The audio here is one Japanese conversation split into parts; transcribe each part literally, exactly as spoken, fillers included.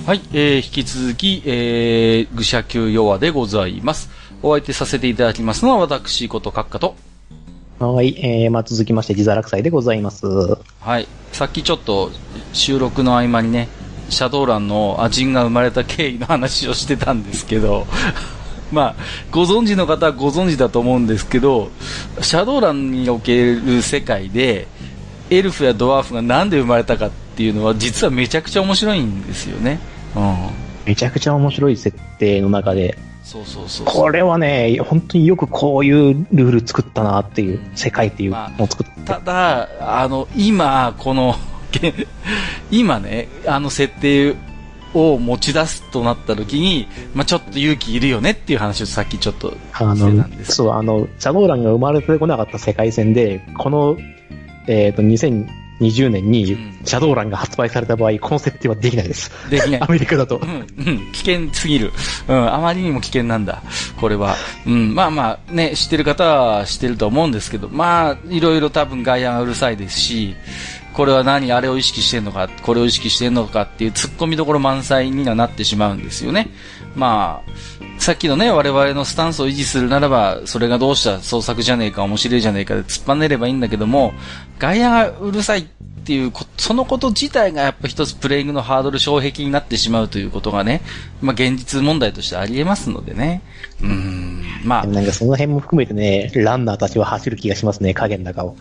はい、えー、引き続き、えー、愚者級弱でございます。お相手させていただきますのは私こと閣下と。 はい、えー、まあ、続きまして自堕落斎でございます。 はい、さっきちょっと収録の合間にね、シャドウランのアジンが生まれた経緯の話をしてたんですけどまあご存知の方はご存知だと思うんですけど、シャドウランにおける世界でエルフやドワーフがなんで生まれたかっていうのは実はめちゃくちゃ面白いんですよね。うん、 めちゃくちゃ面白い設定の中で、 そうそうそう、 これはね、本当によくこういうルール作ったなっていう、世界っていうのを作って、 まあ、ただあの今この今ね、あの設定を持ち出すとなった時に、まあ、ちょっと勇気いるよねっていう話をさっきちょっとしてたんです。 そう、あのシャドウランが生まれてこなかった世界線で、この、えーとにせんにじゅうねんにシャドウランが発売された場合、この設定はできないです。 できない。 アメリカだと、 うんうん、危険すぎる、うん、あまりにも危険なんだこれは、うん、まあまあね、知ってる方は知ってると思うんですけど、まあいろいろ多分外野がうるさいですし、これは何、あれを意識してんのか、これを意識してんのかっていう突っ込みどころ満載にはなってしまうんですよね。まあさっきのね、我々のスタンスを維持するならば、それがどうした創作じゃねえか、面白いじゃねえかで突っぱねればいいんだけども、外野がうるさいっていう、そのこと自体がやっぱ一つプレイングのハードル障壁になってしまうということがね、まあ現実問題としてありえますのでね。うーん、まあ。 なんかその辺も含めてね、ランナーたちは走る気がしますね、影の中を。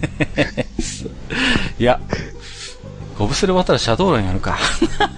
いや、ゴブスレ終わったらシャドウランやるか。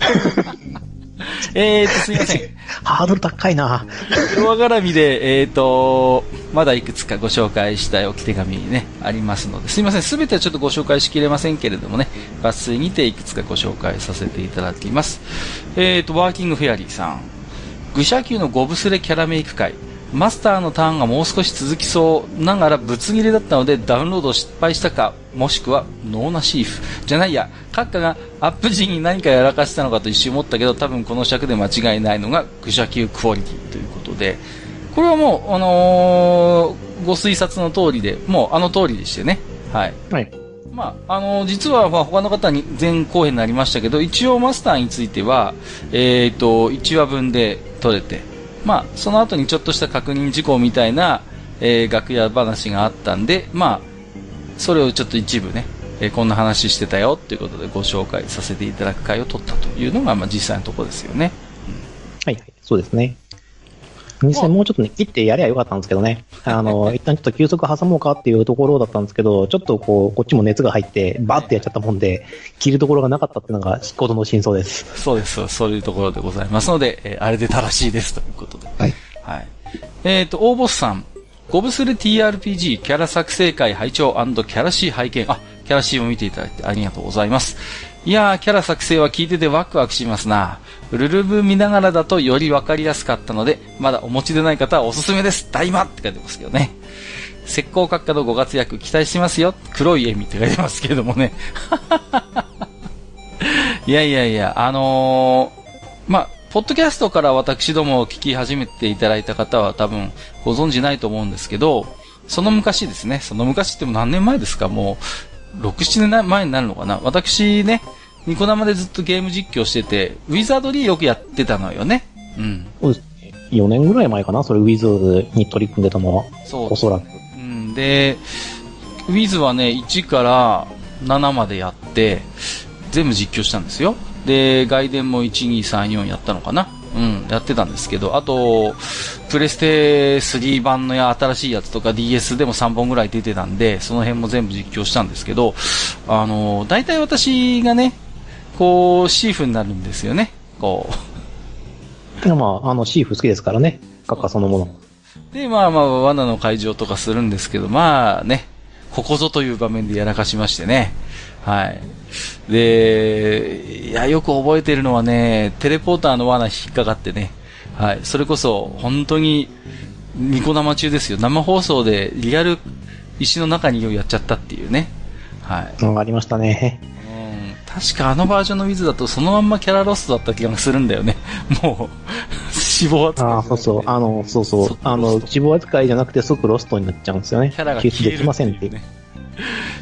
えーと、すいません。 ハードル高いな。 弱絡みで、えーと、まだいくつかご紹介したい置き手紙ね、ありますので、すいません。すべてはちょっとご紹介しきれませんけれどもね、抜粋にていくつかご紹介させていただきます。えーと、ワーキングフェアリーさん。愚者級のゴブスレキャラメイク会。マスターのターンがもう少し続きそうながらぶつ切れだったのでダウンロード失敗したか、もしくはノーナシーフじゃないや、閣下がアップ時に何かやらかしたのかと一瞬思ったけど、多分この尺で間違いないのが愚者級クオリティということで、これはもう、あのー、ご推察の通りで、もうあの通りでしてね。はい。 はい。 まあ、あのー、実はまあ他の方に前後編になりましたけど、一応マスターについては、えーと、いちわぶんで取れて、まあ、その後にちょっとした確認事項みたいな、えー、楽屋話があったんで、まあ、それをちょっと一部ね、えー、こんな話してたよということでご紹介させていただく回を取ったというのが、まあ、実際のところですよね。うん、 はいはい、そうですね。実際もうちょっとね、切ってやりゃよかったんですけどね。あの、一旦ちょっと休息挟もうかっていうところだったんですけど、ちょっとこう、こっちも熱が入って、バーってやっちゃったもんで、切るところがなかったっていうのが、ことの真相です。 そうです、そういうところでございますので、えー、あれで正しいですということで。 はい。 はい。えっと、大ボスさん。ゴブスレ ティーアールピージー キャラ作成会拝聴&キャラシー拝見。あ、キャラシーも見ていただいてありがとうございます。いやー、キャラ作成は聞いててワクワクしますな。ルルブ見ながらだとよりわかりやすかったので、まだお持ちでない方はおすすめです。大魔って書いてますけどね。石膏閣下のご活躍期待してますよ。黒い笑みって書いてますけれどもね。いやいやいや、あのー、まあ、ポッドキャストから私どもを聞き始めていただいた方は多分ご存じないと思うんですけど、その昔ですね、その昔っても何年前ですか、もう、ろく、ななねんまえになるのかな。私ね、ニコ生でずっとゲーム実況してて、ウィザードリーよくやってたのよね。うん。 そうですね。よねんぐらい前かな、それウィズに取り組んでたのは。そう。おそらく。 うん。で、ウィズはね、いちからななまでやって、全部実況したんですよ。で、外伝もいち、に、さん、よんやったのかな。うん、やってたんですけど、あと、プレステスリー版のや新しいやつとか ディーエス でもさんぼんぐらい出てたんで、その辺も全部実況したんですけど、あの、大体私がね、こう、シーフになるんですよね。こう。いや、まあ、あの、シーフ好きですからね。閣下そのもの。 で、まあまあ、罠の会場とかするんですけど、まあね、ここぞという場面でやらかしましてね。はい。で、いや、よく覚えているのはね、テレポーターの罠引っかかってね。はい。それこそ、本当に、ニコ生中ですよ。生放送でリアル石の中にやっちゃったっていうね。はい。 うん、ありましたね。 確かあのバージョンのウィズだとそのまんまキャラロストだった気がするんだよね。もう、死亡扱い、ね。 ああ、そうそう。あの、そうそう。あの、死亡扱いじゃなくて即ロストになっちゃうんですよね。 キャラが消えるできませんって。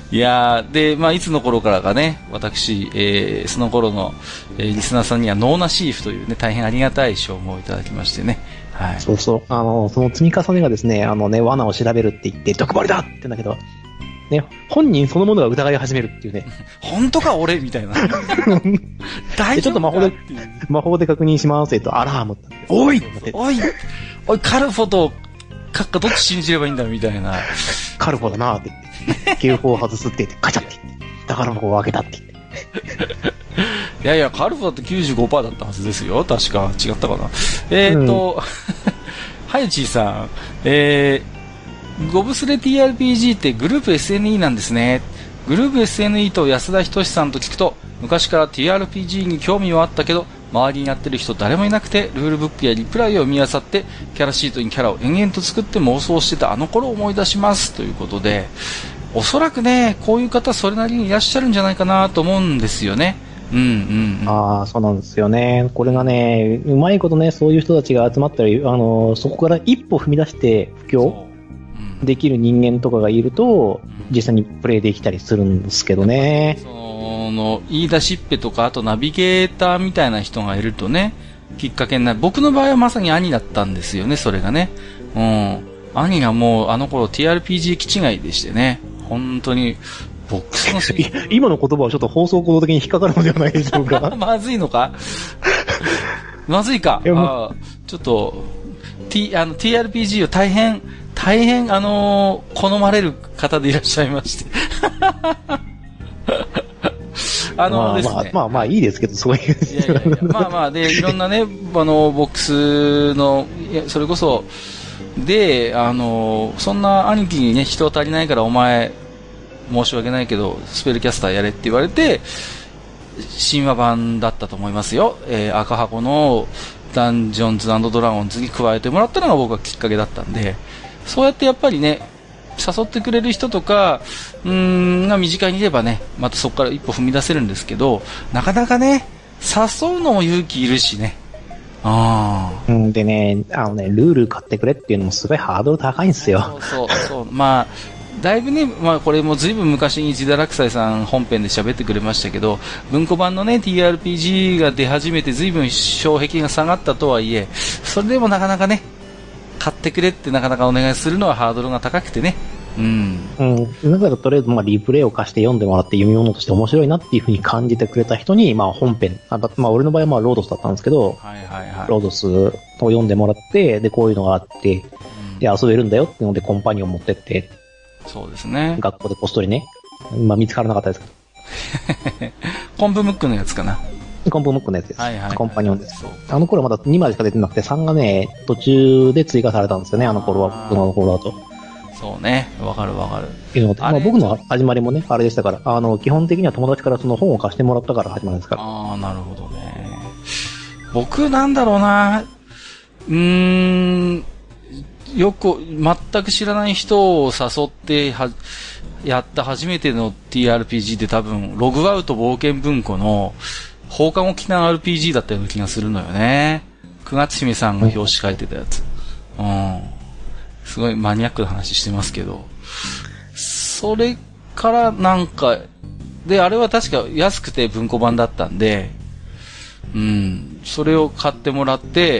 いやー、で、まあ、いつの頃からかね、私、えー、その頃の、えー、リスナーさんにはノーナシーフというね、大変ありがたい称号をいただきましてね。はい。 そうそう。あの、その積み重ねがですね、あのね、罠を調べるって言って、毒針だって言うんだけど、ね、本人そのものが疑い始めるっていうね。 本当か俺みたいな。大丈夫かちょっと魔法で、魔法で確認しますと、アラームって。おいおいおい、カルフォとカッカどっち信じればいいんだみたいな。 カルフォだなって言って。警報を外すって言って、カチャって言って。宝箱を開けたって言って。 いやいや、カルフォだって きゅうじゅうごパーセント だったはずですよ。確か。違ったかな。えーっと、うん、はゆちーさん、えー、ゴブスレ ティーアールピージー ってグループ エスエヌイー なんですね。グループ エスエヌイー と安田仁さんと聞くと、昔から ティーアールピージー に興味はあったけど、周りにやってる人誰もいなくて、ルールブックやリプライを見漁って、キャラシートにキャラを延々と作って妄想してたあの頃を思い出しますということで、おそらくね、こういう方それなりにいらっしゃるんじゃないかなと思うんですよね。うんうんうん。 ああ、そうなんですよね。これがね、うまいことね、そういう人たちが集まったり、あの、そこから一歩踏み出して布教できる人間とかがいると、実際にプレイできたりするんですけどね。 その、言い出しっぺとか、あとナビゲーターみたいな人がいるとね、きっかけになる。僕の場合はまさに兄だったんですよね、それがね。うん。兄がもうあの頃 ティーアールピージー 気違いでしてね、本当に、ボックスのせい。 今の言葉はちょっと放送行動的に引っかかるのではないでしょうか。 まずいのかまずいか。あちょっと、T、あの ティーアールピージー を大変、大変、あのー、好まれる方でいらっしゃいまして。あのー、ですね。 まあまあ、まあまあいいですけど、そういう。 いやいやいや、まあまあ、で、いろんなね、あの、ボックスの、いやそれこそ、で、あの、そんな兄貴にね、人足りないからお前、申し訳ないけど、スペルキャスターやれって言われて、神話版だったと思いますよ。えー、赤箱のダンジョンズ&ドラゴンズに加えてもらったのが僕はきっかけだったんで、そうやってやっぱりね、誘ってくれる人とか、うーん、が身近にいればね、またそこから一歩踏み出せるんですけど、なかなかね、誘うのも勇気いるしね。ああ。うんでね、あのね、ルール買ってくれっていうのもすごいハードル高いんですよ。 そうそうそう。まあ、だいぶね、まあこれもずいぶん昔にジダラクサイさん本編で喋ってくれましたけど、文庫版のね、ティーアールピージー が出始めてずいぶん障壁が下がったとはいえ、それでもなかなかね、買ってくれってなかなかお願いするのはハードルが高くてね。うん。 うん。だからとりあえず、まあ、リプレイを貸して読んでもらって読み物として面白いなっていう風に感じてくれた人に、まあ、本編、あまあ、俺の場合はまあ、ロードスだったんですけど、 はいはいはい。 ロードスを読んでもらって、で、こういうのがあって、うん、で、遊べるんだよっていうので、コンパニオン持ってって、 そうですね。 学校でこっそりね、まあ、見つからなかったですけど。 コンプムックのやつかな。 コンプムックのやつです。 はいはいはい、 コンパニオンです。あの頃はまだにまでしか出てなくて、さんがね、途中で追加されたんですよね、あの頃は、僕の頃だと。 そうね。わかるわかる。 っていうので、まあ、僕の始まりもね、あれでしたから、あの、基本的には友達からその本を貸してもらったから始まるんですから。 ああ、なるほどね。僕なんだろうな、うーん、よく、全く知らない人を誘っては、やった初めての ティーアールピージー って多分、ログアウト冒険文庫の放課後機関 アールピージー だったような気がするのよね。九月姫さんが表紙書いてたやつ。うん。すごいマニアックな話してますけど。それからなんか、で、あれは確か安くて文庫版だったんで、うん。それを買ってもらって、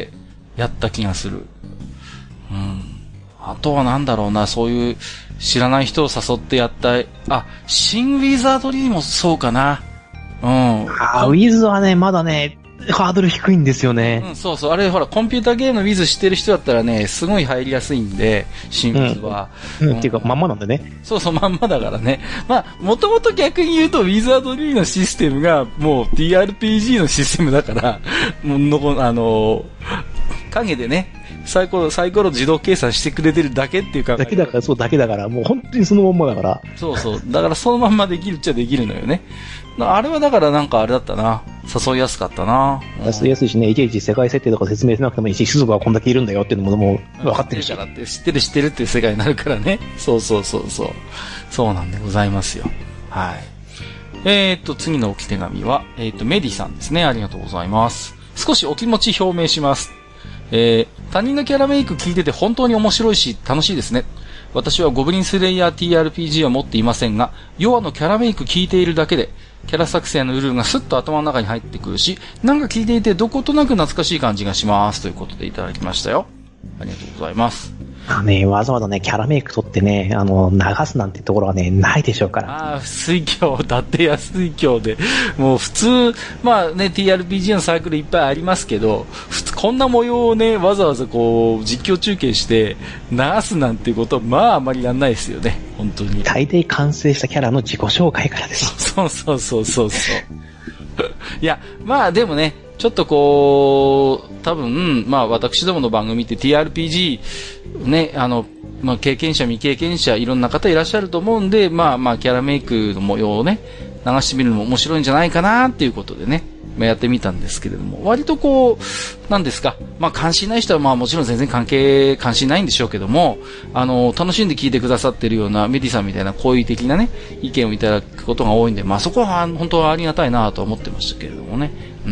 やった気がする。うん。あとはなんだろうな、そういう知らない人を誘ってやった、あ、シン・ウィザードリーもそうかな。うん。 あ、ウィズはね、まだね、ハードル低いんですよね。 うん、そうそう。あれ、ほら、コンピューターゲームのウィズ知ってる人だったらね、すごい入りやすいんで、シン・ウィズは。 うん。うん、っていうか、まんまなんでね。 そうそう、まんまだからね。まあ、もともと逆に言うと、ウィザードリーのシステムが、もう ティーアールピージー のシステムだから、もうの、あの、影でね、サイコロ、サイコロ自動計算してくれてるだけっていうか。 だけだから、そう、だけだから、もう本当にそのまんまだから。 そうそう。だからそのまんまできるっちゃできるのよね。あれはだからなんかあれだったな。誘いやすかったな。 誘いやすいしね、いちいち世界設定とか説明しなくてもいいし、種族はこんだけいるんだよっていうのももう分かってるし。 知ってるからって、知ってる知ってるっていう世界になるからね。そうそうそうそう。そうなんでございますよ。はい。えーっと、次の置き手紙は、えーっと、メディさんですね。ありがとうございます。少しお気持ち表明します。えー、他人のキャラメイク聞いてて本当に面白いし楽しいですね。 私はゴブリンスレイヤー ティーアールピージー は持っていませんが、ヨアのキャラメイク聞いているだけで、キャラ作成のルールがスッと頭の中に入ってくるし、なんか聞いていてどことなく懐かしい感じがします。ということでいただきましたよ。ありがとうございます。 あね、わざわざね、キャラメイク取ってね、あの、流すなんてところはね、ないでしょうから。 ああ、水鏡、だって安い鏡で。もう普通、まあね、ティーアールピージー のサークルいっぱいありますけど、普通、こんな模様をね、わざわざこう、実況中継して流すなんていうことは、まああまりやんないですよね。本当に。 大抵完成したキャラの自己紹介からです。 そうそうそうそうそう。いや、まあでもね、ちょっとこう、多分、まあ私どもの番組って ティーアールピージー、ね、あの、まあ経験者、未経験者、いろんな方いらっしゃると思うんで、まあまあキャラメイクの模様をね、流してみるのも面白いんじゃないかなっていうことでね、まあ、やってみたんですけれども、割とこう、なんですか、まあ関心ない人はまあもちろん全然関係、関心ないんでしょうけども、あの、楽しんで聞いてくださってるようなメディさんみたいな好意的なね、意見をいただくことが多いんで、まあそこは本当はありがたいなと思ってましたけれどもね。うん。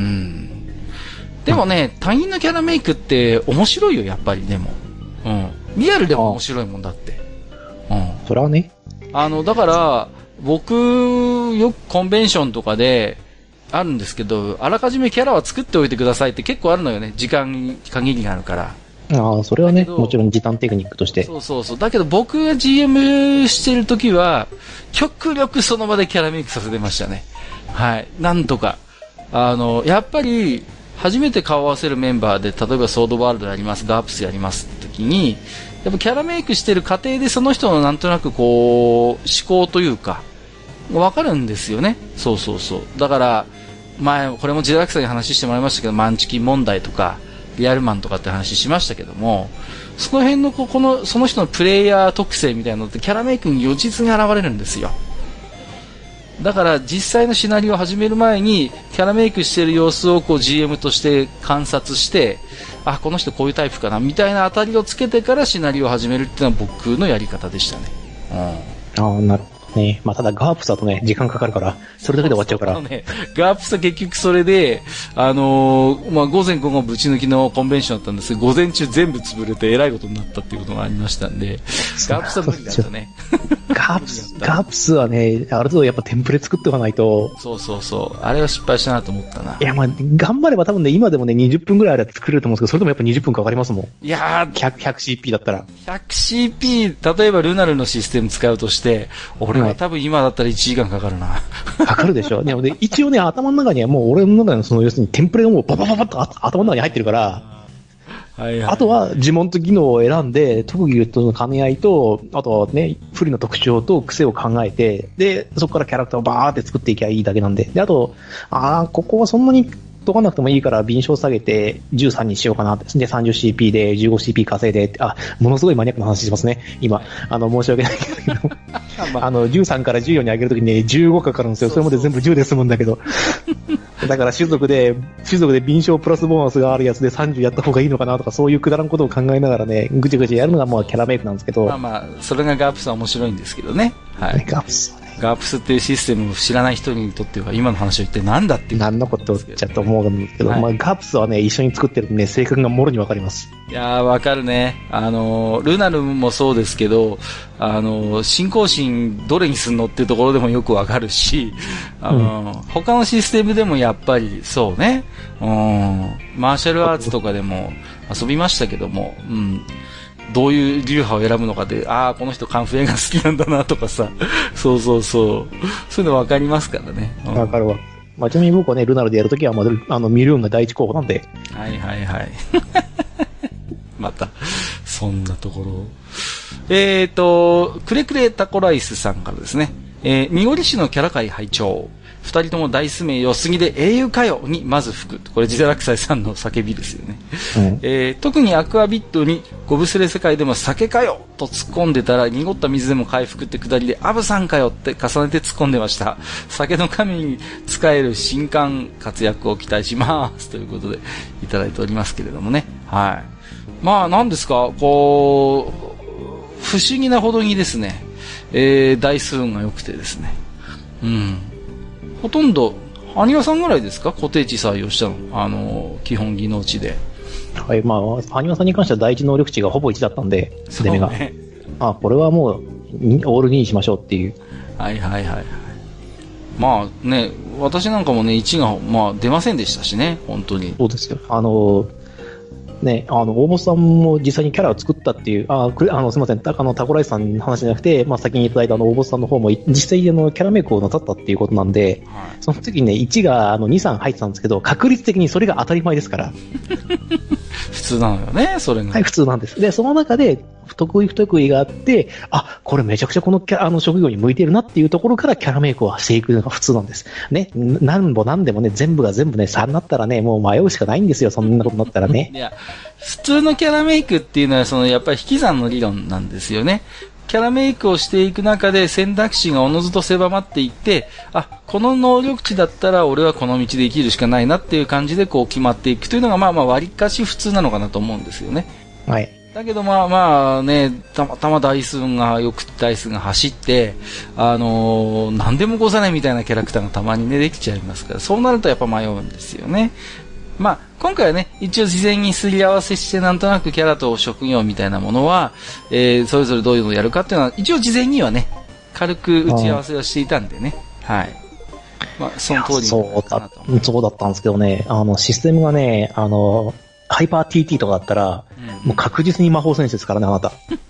でもね、他人のキャラメイクって面白いよ、やっぱりでも。うん。リアルでも面白いもんだって。うん。 それはね。 あの、だから、僕、よくコンベンションとかで、あるんですけど、あらかじめキャラは作っておいてくださいって結構あるのよね。時間限りがあるから。 ああ、それはね、もちろん時短テクニックとして。 そうそうそう。だけど僕が ジーエム してるときは、極力その場でキャラメイクさせてましたね。はい。なんとか。あの、やっぱり、初めて顔を合わせるメンバーで、例えばソードワールドやります、ガープスやりますって時に、やっぱキャラメイクしてる過程でその人のなんとなくこう、思考というか、わかるんですよね。そうそうそう。だから、前、これもジェラクサに話してもらいましたけど、マンチキン問題とか、リアルマンとかって話しましたけども、その辺のこの、その人のプレイヤー特性みたいなのってキャラメイクに如実に現れるんですよ。だから実際のシナリオを始める前にキャラメイクしている様子をこう ジーエム として観察して、あ、この人こういうタイプかなみたいな当たりをつけてからシナリオを始めるっていうのは僕のやり方でしたね。うん、 ああ、なるほどね。まあ、ただガープスだとね、時間かかるから、それだけで終わっちゃうから。 そうそうね、ガープスは結局それで、あのー、まあ、午前午後ぶち抜きのコンベンションだったんですけど、午前中全部潰れてえらいことになったっていうことがありましたんで、ガープスは無理だったね。 ガープス、ガープスはね、ある程度やっぱテンプレ作っておかないと。 そうそうそう。あれは失敗したなと思ったな。 いや、まあ、頑張れば多分ね、今でもね、にじゅっぷんぐらいあれば作れると思うんですけど、それでもやっぱにじゅっぷんかかりますもん。 いやー、 ひゃく、ひゃくシーピー だったら。 ひゃくシーピー、例えばルナルのシステム使うとして、俺は多分今だったらいちじかんかかるな。 かかるでしょ。でもね、一応ね、頭の中にはもう俺の中のその、要するにテンプレがもうババババッと頭の中に入ってるから、はいはい、あとは呪文と技能を選んで、特技との兼ね合いと、あとはね、不利の特徴と癖を考えて、で、そこからキャラクターをバーって作っていきゃいいだけなんで。で、あと、ああ、ここはそんなに解かなくてもいいから、敏捷下げてじゅうさんにしようかなって。で、さんじゅうシーピー で じゅうごシーピー 稼いで、あ、ものすごいマニアックな話しますね。今、あの、申し訳ないけど。あの、じゅうさんからじゅうよんに上げるときにね、じゅうごかかるんですよ。それまで全部じゅうで済むんだけど。だから種族で、種族で敏捷プラスボーナスがあるやつでさんじゅうやった方がいいのかなとか、そういうくだらんことを考えながらね、ぐちゃぐちゃやるのがもうキャラメイクなんですけど。 まあまあ、それがガープスは面白いんですけどね。はい。 ガープスはね。 ガープスっていうシステムを知らない人にとっては、今の話を言ってなんだっていう。 何のことじゃと思うんですけど、 はい、 まあガープスはね、一緒に作ってるとね、性格がもろにわかります。 いやー、わかるね。あの、ルナルもそうですけど、あの、信仰心どれにすんのっていうところでもよくわかるし、あの、うん、他のシステムでもやっぱりそうね、うん、マーシャルアーツとかでも遊びましたけども、うん、どういう流派を選ぶのかで、ああ、この人カンフー映画好きなんだなとかさ、そうそうそう、そういうのわかりますからね。 わ、うん、かるわ。まあ、ちなみに僕はね、ルナルでやるときは、まあ、あの、ミルーンが第一候補なんで。 はいはいはい。また、そんなところ。えーと、クレクレタコライスさんからですね、えー、ミゴリ氏のキャラ界拝聴。二人とも大ス名よすぎで英雄かよにまず吹く。これジゼラクサイさんの叫びですよね。うんえー、特にアクアビットにゴブスレ世界でも酒かよと突っ込んでたら濁った水でも回復ってくだりでアブさんかよって重ねて突っ込んでました。酒の神に使える新刊活躍を期待しますということでいただいておりますけれどもね。はい。まあ何ですか、こう、不思議なほどにですね、えー、台数が良くてですね。うん。ほとんど、アニワさんぐらいですか固定値採用したの。あの、基本技能値で。 はい、まあ、アニワさんに関しては第一能力値がほぼいちだったんで、すでにが。 ね、 あ、これはもう、オールににしましょうっていう。 はいはいはいはい。まあね、私なんかもね、いちが、まあ出ませんでしたしね、本当に。 そうですよ。あの、ね、あの、大本さんも実際にキャラを作ったっていう、あ、くあの、すみません、たあの、タコライスさんの話じゃなくて、まあ、先にいただいたあの、大本さんの方も、実際あの、キャラメイクをなさったっていうことなんで、はい、その時にね、いちが、あの、に、さん入ってたんですけど、確率的にそれが当たり前ですから。 普通なのよね、それが。 はい、普通なんです。で、その中で、得意不得意があって、あ、これめちゃくちゃこのキャあの職業に向いてるなっていうところからキャラメイクをしていくのが普通なんです。ね、何本何でもね、全部が全部ね、さんになったらね、もう迷うしかないんですよ、そんなことになったらね。 いや、普通のキャラメイクっていうのは、その、やっぱり引き算の理論なんですよね。キャラメイクをしていく中で選択肢がおのずと狭まっていって、あ、この能力値だったら俺はこの道で生きるしかないなっていう感じでこう決まっていくというのがまあまあ割かし普通なのかなと思うんですよね。 はい。 だけどまあまあね、たまたまダイス運がよくダイスが走って、あのー、何でもござないみたいなキャラクターがたまにねできちゃいますから、そうなるとやっぱ迷うんですよね。まあ、今回はね、一応事前にすり合わせしてなんとなくキャラと職業みたいなものは、えー、それぞれどういうのをやるかっていうのは、一応事前にはね、軽く打ち合わせをしていたんでね。はい。まあ、その通りにそうだ、そうだったんですけどね、あの、システムがね、あの、ハイパー ティーティー とかだったら、うん、もう確実に魔法戦士ですからね、あなた。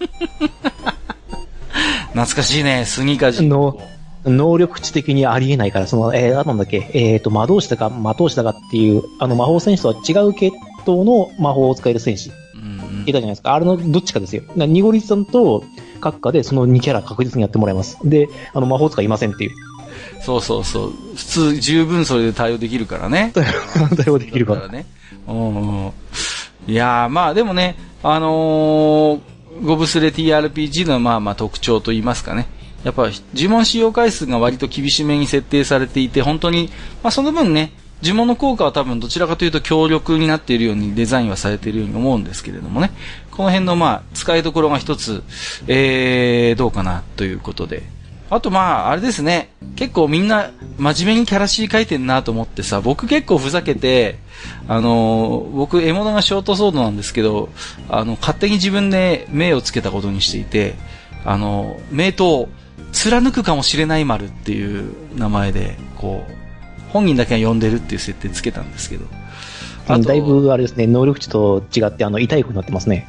懐かしいね、スニーカー人。 の能力値的にありえないから、その、えー、なんだっけ、えっ、ー、と、魔導士だか、魔導士だかっていう、あの、魔法戦士とは違う系統の魔法を使える戦士。うんうん、いたじゃないですか。あれのどっちかですよ。ニゴリさんと閣下でそのにキャラ確実にやってもらいます。で、あの、魔法使いませんっていう。 そうそうそう。普通、十分それで対応できるからね。 対応できるから。 だからね。うんうん。いやー、まあでもね、あのー、ゴブスレ ティーアールピージー のまあまあ特徴といいますかね。やっぱ呪文使用回数が割と厳しめに設定されていて、本当に、まあその分ね、呪文の効果は多分どちらかというと強力になっているようにデザインはされているように思うんですけれどもね。この辺のまあ使いどころが一つ、えー、どうかなということで。あとまあ、あれですね。結構みんな真面目にキャラ C 書いてんなと思ってさ、僕結構ふざけて、あのー、僕獲物がショートソードなんですけど、あの、勝手に自分で名をつけたことにしていて、あの、名刀、貫くかもしれない丸っていう名前で、こう、本人だけが呼んでるっていう設定つけたんですけど。 あだいぶあれですね、能力値と違ってあの、痛い風になってますね。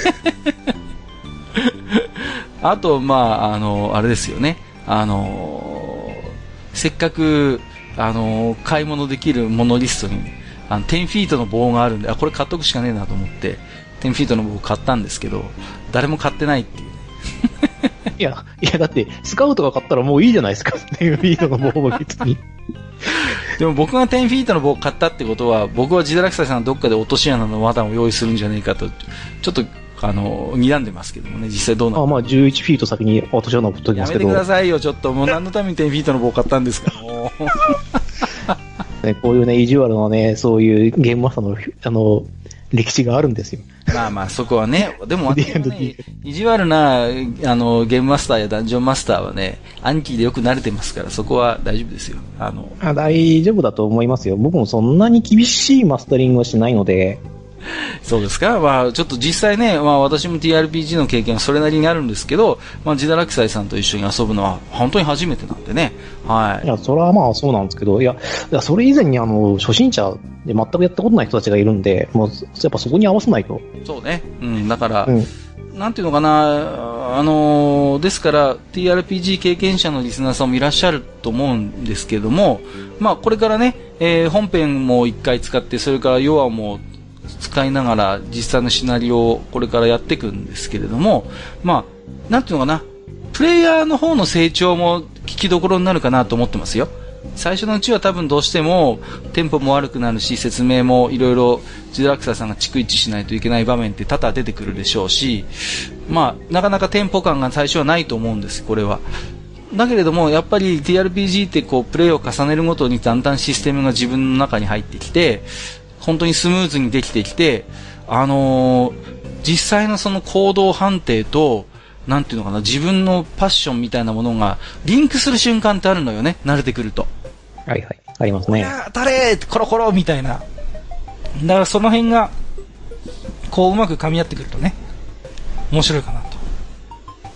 あと、まあ、あの、あれですよね。あの、せっかく、あの、買い物できるモノリストに、あの、じゅうフィートの棒があるんで、あ、これ買っとくしかねえなと思って、じゅうフィートの棒を買ったんですけど、誰も買ってないっていうね。 いや、いや、だって、スカウトが買ったらもういいじゃないですか、じゅうフィートの棒も別に。 でも僕がじゅうフィートの棒を買ったってことは、僕はジダラクサイさんがどっかで落とし穴の罠を用意するんじゃねえかと、ちょっと、あの、睨んでますけどもね、実際どうなの？ あ、まあ、じゅういちフィート先に落とし穴を振っときますけど。 やめてくださいよ、ちょっと。もう何のためにじゅうフィートの棒を買ったんですか、もう。ね、こういうね、意地悪のね、そういうゲームマスターの、あの、歴史があるんですよ。 まあまあ、そこはね、でも、ね、意地悪な、あの、ゲームマスターやダンジョンマスターはね、暗記でよく慣れてますから、そこは大丈夫ですよ。あの、 あ、大丈夫だと思いますよ。僕もそんなに厳しいマスタリングはしないので。 そうですか。まあ、ちょっと実際ね、まあ私も ティーアールピージー の経験はそれなりにあるんですけど、まあ、ジダラクサイさんと一緒に遊ぶのは本当に初めてなんでね。はい。 いや、それはまあそうなんですけど、いや、いやそれ以前にあの、初心者で全くやったことない人たちがいるんで、もう、やっぱそこに合わせないと。 そうね。うん、だから、うん、なんていうのかな、あのー、ですから、ティーアールピージー 経験者のリスナーさんもいらっしゃると思うんですけども、まあこれからね、えー、本編も一回使って、それからヨアも使いながら実際のシナリオをこれからやっていくんですけれども、まあ、なんていうのかな、プレイヤーの方の成長も聞きどころになるかなと思ってますよ。最初のうちは多分どうしてもテンポも悪くなるし、説明もいろいろジダラクサさんが逐一しないといけない場面って多々出てくるでしょうし、まあ、なかなかテンポ感が最初はないと思うんです、これは。だけれどもやっぱり ティーアールピージー ってこうプレイを重ねるごとにだんだんシステムが自分の中に入ってきて、本当にスムーズにできてきて、あのー、実際のその行動判定と、なんていうのかな、自分のパッションみたいなものがリンクする瞬間ってあるのよね、慣れてくると。 はいはい、ありますね。 当たれーコロコロみたいな。だからその辺が、こううまく噛み合ってくるとね、面白いかなと。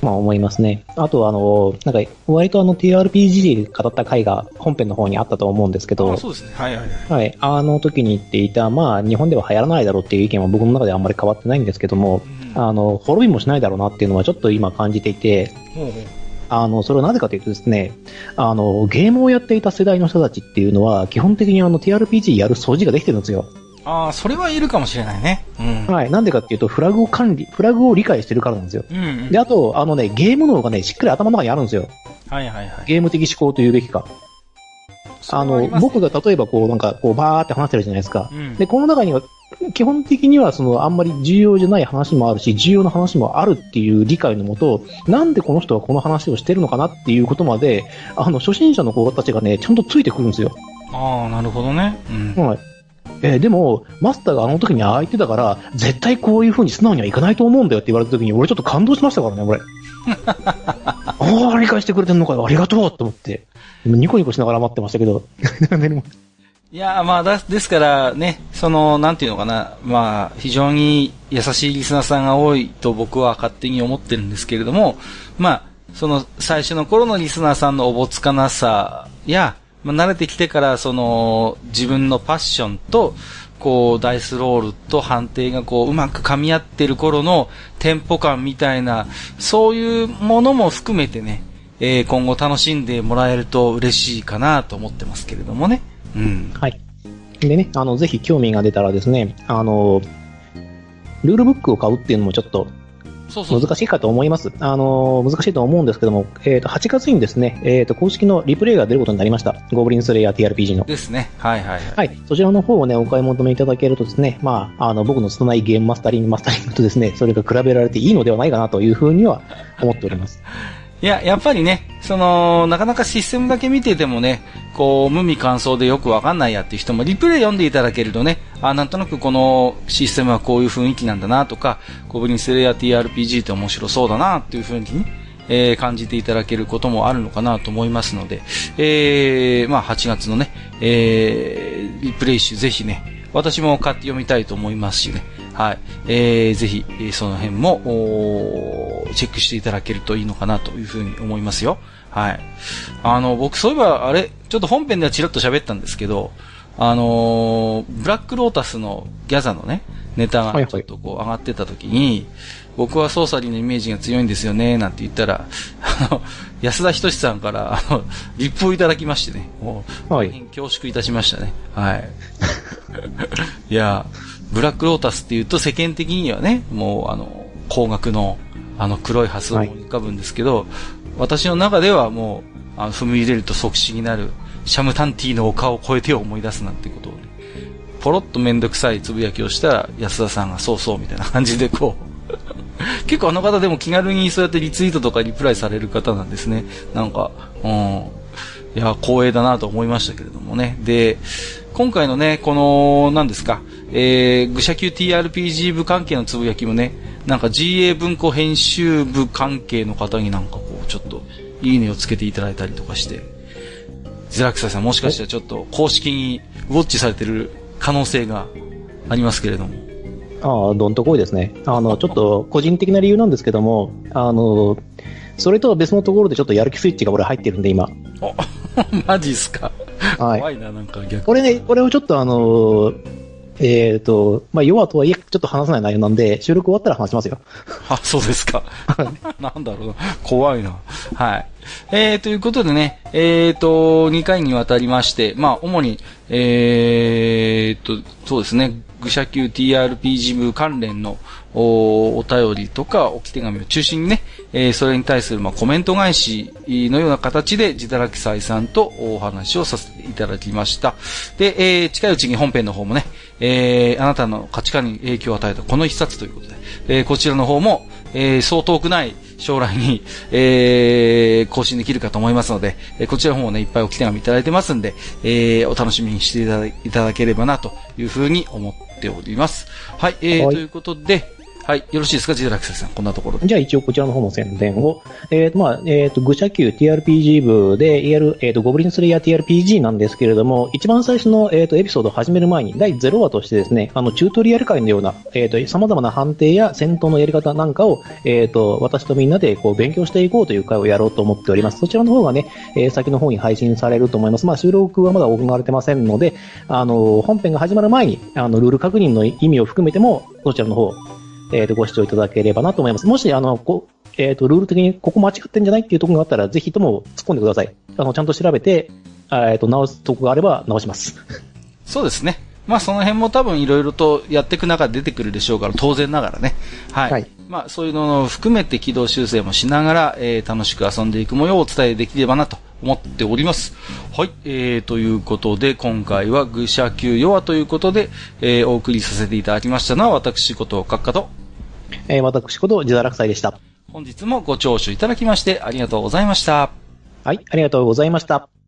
まあ思いますね。あとあの、なんか、割とあの ティーアールピージー 語った回が本編の方にあったと思うんですけど、 あそうですね。はいはいはい。 はい。あの時に言っていた、まあ日本では流行らないだろうっていう意見は僕の中ではあんまり変わってないんですけども、うん、あの、滅びもしないだろうなっていうのはちょっと今感じていて、ほうほうあの、それはなぜかというとですね、あの、ゲームをやっていた世代の人たちっていうのは、基本的にあの ティーアールピージー やる素地ができてるんですよ。 ああ、それはいるかもしれないね。うん。 はい。なんでかっていうと、フラグを管理、フラグを理解してるからなんですよ。うん、うん。で、あと、あのね、ゲーム脳がね、しっかり頭の中にあるんですよ。 はいはいはい。 ゲーム的思考というべきか。あの、あ僕が例えばこう、なんか、こう、バーって話してるじゃないですか。うん、で、この中には、基本的にはそのあんまり重要じゃない話もあるし、重要な話もあるっていう理解のもと、なんでこの人はこの話をしてるのかなっていうことまで、あの、初心者の子たちがね、ちゃんとついてくるんですよ。 ああ、なるほどね。 うん。はい。えー、でも、マスターがあの時にああ言ってたから、絶対こういう風に素直にはいかないと思うんだよって言われた時に、俺ちょっと感動しましたからね、俺。ああ、理解してくれてんのかよ、ありがとうと思って。ニコニコしながら待ってましたけど。 いや、まあだ、ですからね、その、なんていうのかな、まあ、非常に優しいリスナーさんが多いと僕は勝手に思ってるんですけれども、まあ、その、最初の頃のリスナーさんのおぼつかなさや、まあ、慣れてきてから、その、自分のパッションと、こう、ダイスロールと判定がこう、うまく噛み合ってる頃のテンポ感みたいな、そういうものも含めてね、えー、今後楽しんでもらえると嬉しいかなと思ってますけれどもね。うん。 はい。でね、あの、ぜひ興味が出たらですね、あの、ルールブックを買うっていうのもちょっと、難しいかと思います。あの、難しいと思うんですけども、えっと、はちがつにですね、えっと、公式のリプレイが出ることになりました。ゴブリンスレイヤー ティーアールピージー の。 ですね。はいはいはい。 はい。そちらの方をね、お買い求めいただけるとですね、まあ、あの、僕の拙いゲームマスタリング、マスタリングとですね、それが比べられていいのではないかなというふうには思っております。 いや、やっぱりね、その、なかなかシステムだけ見ててもね、こう、無味乾燥でよくわかんないやっていう人も、リプレイ読んでいただけるとね、あ、なんとなくこのシステムはこういう雰囲気なんだなとか、ゴブリンスレイヤー ティーアールピージー って面白そうだなっていう風にね、えー、感じていただけることもあるのかなと思いますので、えー、まあはちがつのね、えー、リプレイ集ぜひね、私も買って読みたいと思いますしね、はい。えー、ぜひ、その辺も、チェックしていただけるといいのかなというふうに思いますよ。はい。あの、僕そういえば、あれ、ちょっと本編ではチラッと喋ったんですけど、あのー、ブラックロータスのギャザのね、ネタがちょっとこう上がってた時に、はいはい、僕はソーサリーのイメージが強いんですよね、なんて言ったら、あの、安田仁さんから、あの、リップをいただきましてね、もう、大変恐縮いたしましたね。はい。いや、ブラックロータスっていうと世間的にはね、もうあの、高額のあの黒いハスを思い浮かぶんですけど、はい、私の中ではもう、あの踏み入れると即死になるシャムタンティの丘を越えてを思い出すなんてことをね、ポロッとめんどくさいつぶやきをしたら安田さんがそうそうみたいな感じでこう、結構あの方でも気軽にそうやってリツイートとかリプライされる方なんですね。なんか、うん、いや、光栄だなと思いましたけれどもね。で、今回のね、この、何ですか、えー、愚者級 ティーアールピージー 部関係のつぶやきもね、なんか ジーエー 文庫編集部関係の方になんかこう、ちょっと、いいねをつけていただいたりとかして、ゼラクサさんもしかしたらちょっと公式にウォッチされてる可能性がありますけれども。 ああ、どんとこいですね。あの、ちょっと個人的な理由なんですけども、あの、それとは別のところでちょっとやる気スイッチが俺入ってるんで今。 おマジっすか。 はい。 怖いな、なんか逆。 これね、これをちょっとあの、えっと、まあ、弱とはいえ、ちょっと話さない内容なんで、収録終わったら話しますよ。 あ、そうですか。なんだろうな。怖いな。はい。えー、ということでね、えーと、にかいにわたりまして、まあ、主に、えーと、そうですね、愚者級 ティーアールピージー 部関連のお、お便りとか置き手紙を中心にね、えー、それに対する、まあ、コメント返しのような形で、自堕落斎さんとお話をさせていただきました。で、えー、近いうちに本編の方もね、えー、あなたの価値観に影響を与えたこの一冊ということで、えー、こちらの方も、えー、そう遠くない将来に、えー、更新できるかと思いますので、えー、こちらの方もね、いっぱい置き手紙いただいてますんで、えー、お楽しみにしていただいただければな、というふうに思っております。はい、えー、はい、ということで、 はい。よろしいですか、ジダラクセさん。こんなところで。 じゃあ一応こちらの方の宣伝を。えっ、と、まあ、えっ、と、愚者級 ティーアールピージー 部で、いわゆる、えっ、と、ゴブリンスレイヤー ティーアールピージー なんですけれども、一番最初の、えっ、と、エピソードを始める前に、だいゼロわとしてですね、あの、チュートリアル会のような、えっ、と、様々な判定や戦闘のやり方なんかを、えっ、と、私とみんなで、こう、勉強していこうという会をやろうと思っております。そちらの方がね、えー、先の方に配信されると思います。まあ、収録はまだ行われてませんので、あの、本編が始まる前に、あの、ルール確認の意味を含めても、そちらの方、えっ、ー、と、ご視聴いただければなと思います。もし、あの、こえっ、ー、と、ルール的にここ間違ってんじゃないっていうところがあったら、ぜひとも突っ込んでください。あの、ちゃんと調べて、えっ、ー、と、直すとこがあれば直します。 そうですね。まあ、その辺も多分いろいろとやっていく中で出てくるでしょうから、当然ながらね。はい。はい、まあ、そういうのを含めて軌道修正もしながら、えー、楽しく遊んでいく模様をお伝えできればなと思っております。はい。えー、ということで、今回は愚者級弱ということで、えー、お送りさせていただきましたのは、私こと、閣下と、 えー、私こと、自堕落斎でした。 本日もご聴取いただきましてありがとうございました。 はい、ありがとうございました。